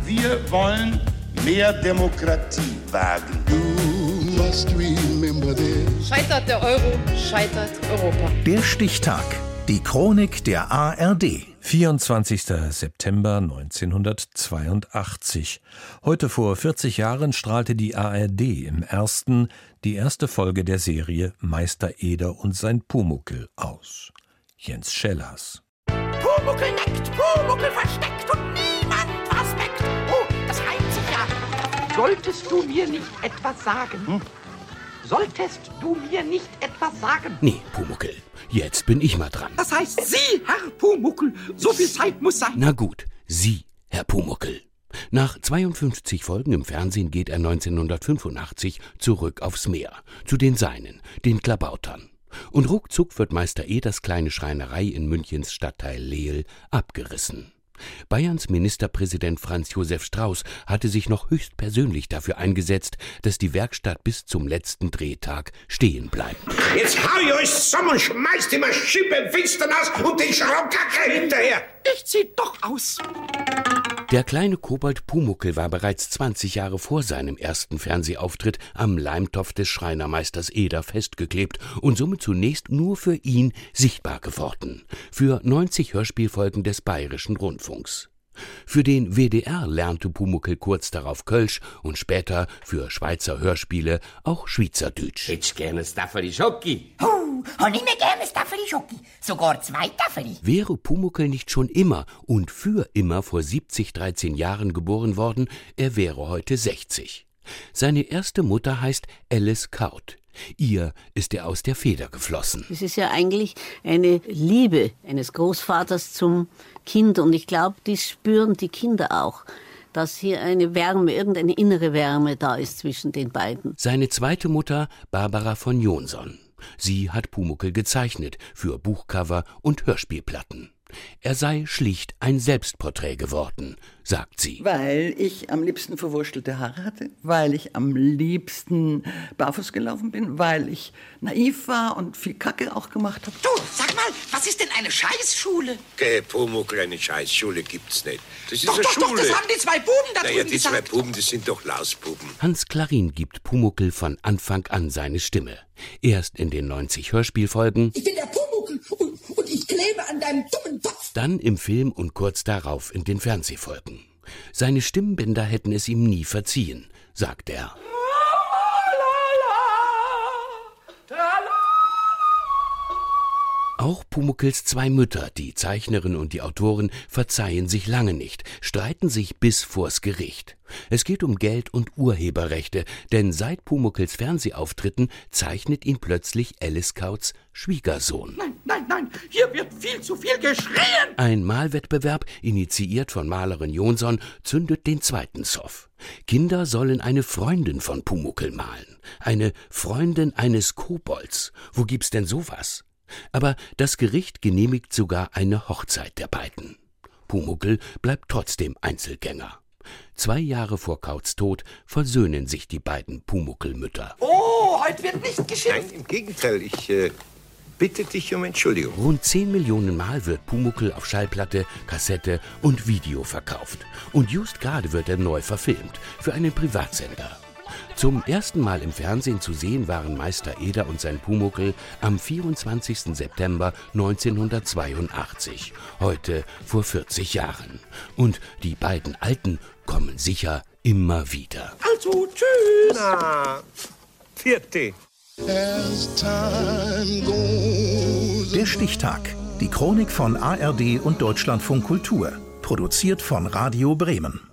Wir wollen mehr Demokratie wagen. Scheitert der Euro, scheitert Europa. Der Stichtag. Die Chronik der ARD. 24. September 1982. Heute vor 40 Jahren strahlte die ARD im Ersten die erste Folge der Serie Meister Eder und sein Pumuckl aus. Jens Schellers. Pumuckl neckt, Pumuckl versteckt und niemand was weckt. Oh, das reimt sich ja. Solltest du mir nicht etwas sagen? Solltest du mir nicht etwas sagen? Nee, Pumuckl, jetzt bin ich mal dran. Das heißt Sie, Herr Pumuckl. So viel Zeit muss sein. Na gut, Sie, Herr Pumuckl. Nach 52 Folgen im Fernsehen geht er 1985 zurück aufs Meer, zu den Seinen, den Klabautern. Und ruckzuck wird Meister Eders kleine Schreinerei in Münchens Stadtteil Lehel abgerissen. Bayerns Ministerpräsident Franz Josef Strauß hatte sich noch höchstpersönlich dafür eingesetzt, dass die Werkstatt bis zum letzten Drehtag stehen bleibt. Jetzt hau ich euch zusammen und schmeißt die Maschine im Finstern aus und den Schraubkacker hinterher. Ich zieh doch aus. Der kleine Kobold Pumuckl war bereits 20 Jahre vor seinem ersten Fernsehauftritt am Leimtopf des Schreinermeisters Eder festgeklebt und somit zunächst nur für ihn sichtbar geworden. Für 90 Hörspielfolgen des Bayerischen Rundfunks. Für den WDR lernte Pumuckl kurz darauf Kölsch und später für Schweizer Hörspiele auch Schweizerdeutsch. Hättest gerne Staffeli Schoki? Und ich mir gerne Staffeli Schoki. Sogar 2 Staffeli. Wäre Pumuckl nicht schon immer und für immer vor 13 Jahren geboren worden, er wäre heute 60. Seine erste Mutter heißt Alice Kaut. Ihr ist er aus der Feder geflossen. Es ist ja eigentlich eine Liebe eines Großvaters zum Kind. Und ich glaube, dies spüren die Kinder auch, dass hier eine Wärme, irgendeine innere Wärme da ist zwischen den beiden. Seine zweite Mutter, Barbara von Jonsson. Sie hat Pumuckl gezeichnet für Buchcover und Hörspielplatten. Er sei schlicht ein Selbstporträt geworden, sagt sie. Weil ich am liebsten verwurstelte Haare hatte, weil ich am liebsten barfuß gelaufen bin, weil ich naiv war und viel Kacke auch gemacht habe. Du, sag mal, was ist denn eine Scheißschule? Pumuckl, eine Scheißschule gibt's nicht. Das ist Doch, eine doch, Schule. doch, das haben die 2 Buben da Naja, drüben die 2 gesagt. Buben, das sind doch Lausbuben. Hans Klarin gibt Pumuckl von Anfang an seine Stimme. Erst in den 90 Hörspielfolgen. Ich bin der Pumuckl und ich klebe an deinem dummen Kopf. Dann im Film und kurz darauf in den Fernsehfolgen. Seine Stimmbänder hätten es ihm nie verziehen, sagt er. Auch Pumuckls 2 Mütter, die Zeichnerin und die Autorin, verzeihen sich lange nicht, streiten sich bis vors Gericht. Es geht um Geld und Urheberrechte, denn seit Pumuckls Fernsehauftritten zeichnet ihn plötzlich Alice Kauts Schwiegersohn. Nein, hier wird viel zu viel geschrien. Ein Malwettbewerb, initiiert von Malerin Jonsson, zündet den zweiten Zoff. Kinder sollen eine Freundin von Pumuckl malen. Eine Freundin eines Kobolds. Wo gibt's denn sowas? Aber das Gericht genehmigt sogar eine Hochzeit der beiden. Pumuckl bleibt trotzdem Einzelgänger. 2 Jahre vor Kauts Tod versöhnen sich die beiden Pumuckl-Mütter. Oh, heute wird nicht geschimpft. Nein, im Gegenteil, ich bitte dich um Entschuldigung. Rund 10 Millionen Mal wird Pumuckl auf Schallplatte, Kassette und Video verkauft. Und just gerade wird er neu verfilmt, für einen Privatsender. Zum ersten Mal im Fernsehen zu sehen waren Meister Eder und sein Pumuckl am 24. September 1982, heute vor 40 Jahren. Und die beiden Alten kommen sicher immer wieder. Also, tschüss. Na, vierte. Der Stichtag. Die Chronik von ARD und Deutschlandfunk Kultur. Produziert von Radio Bremen.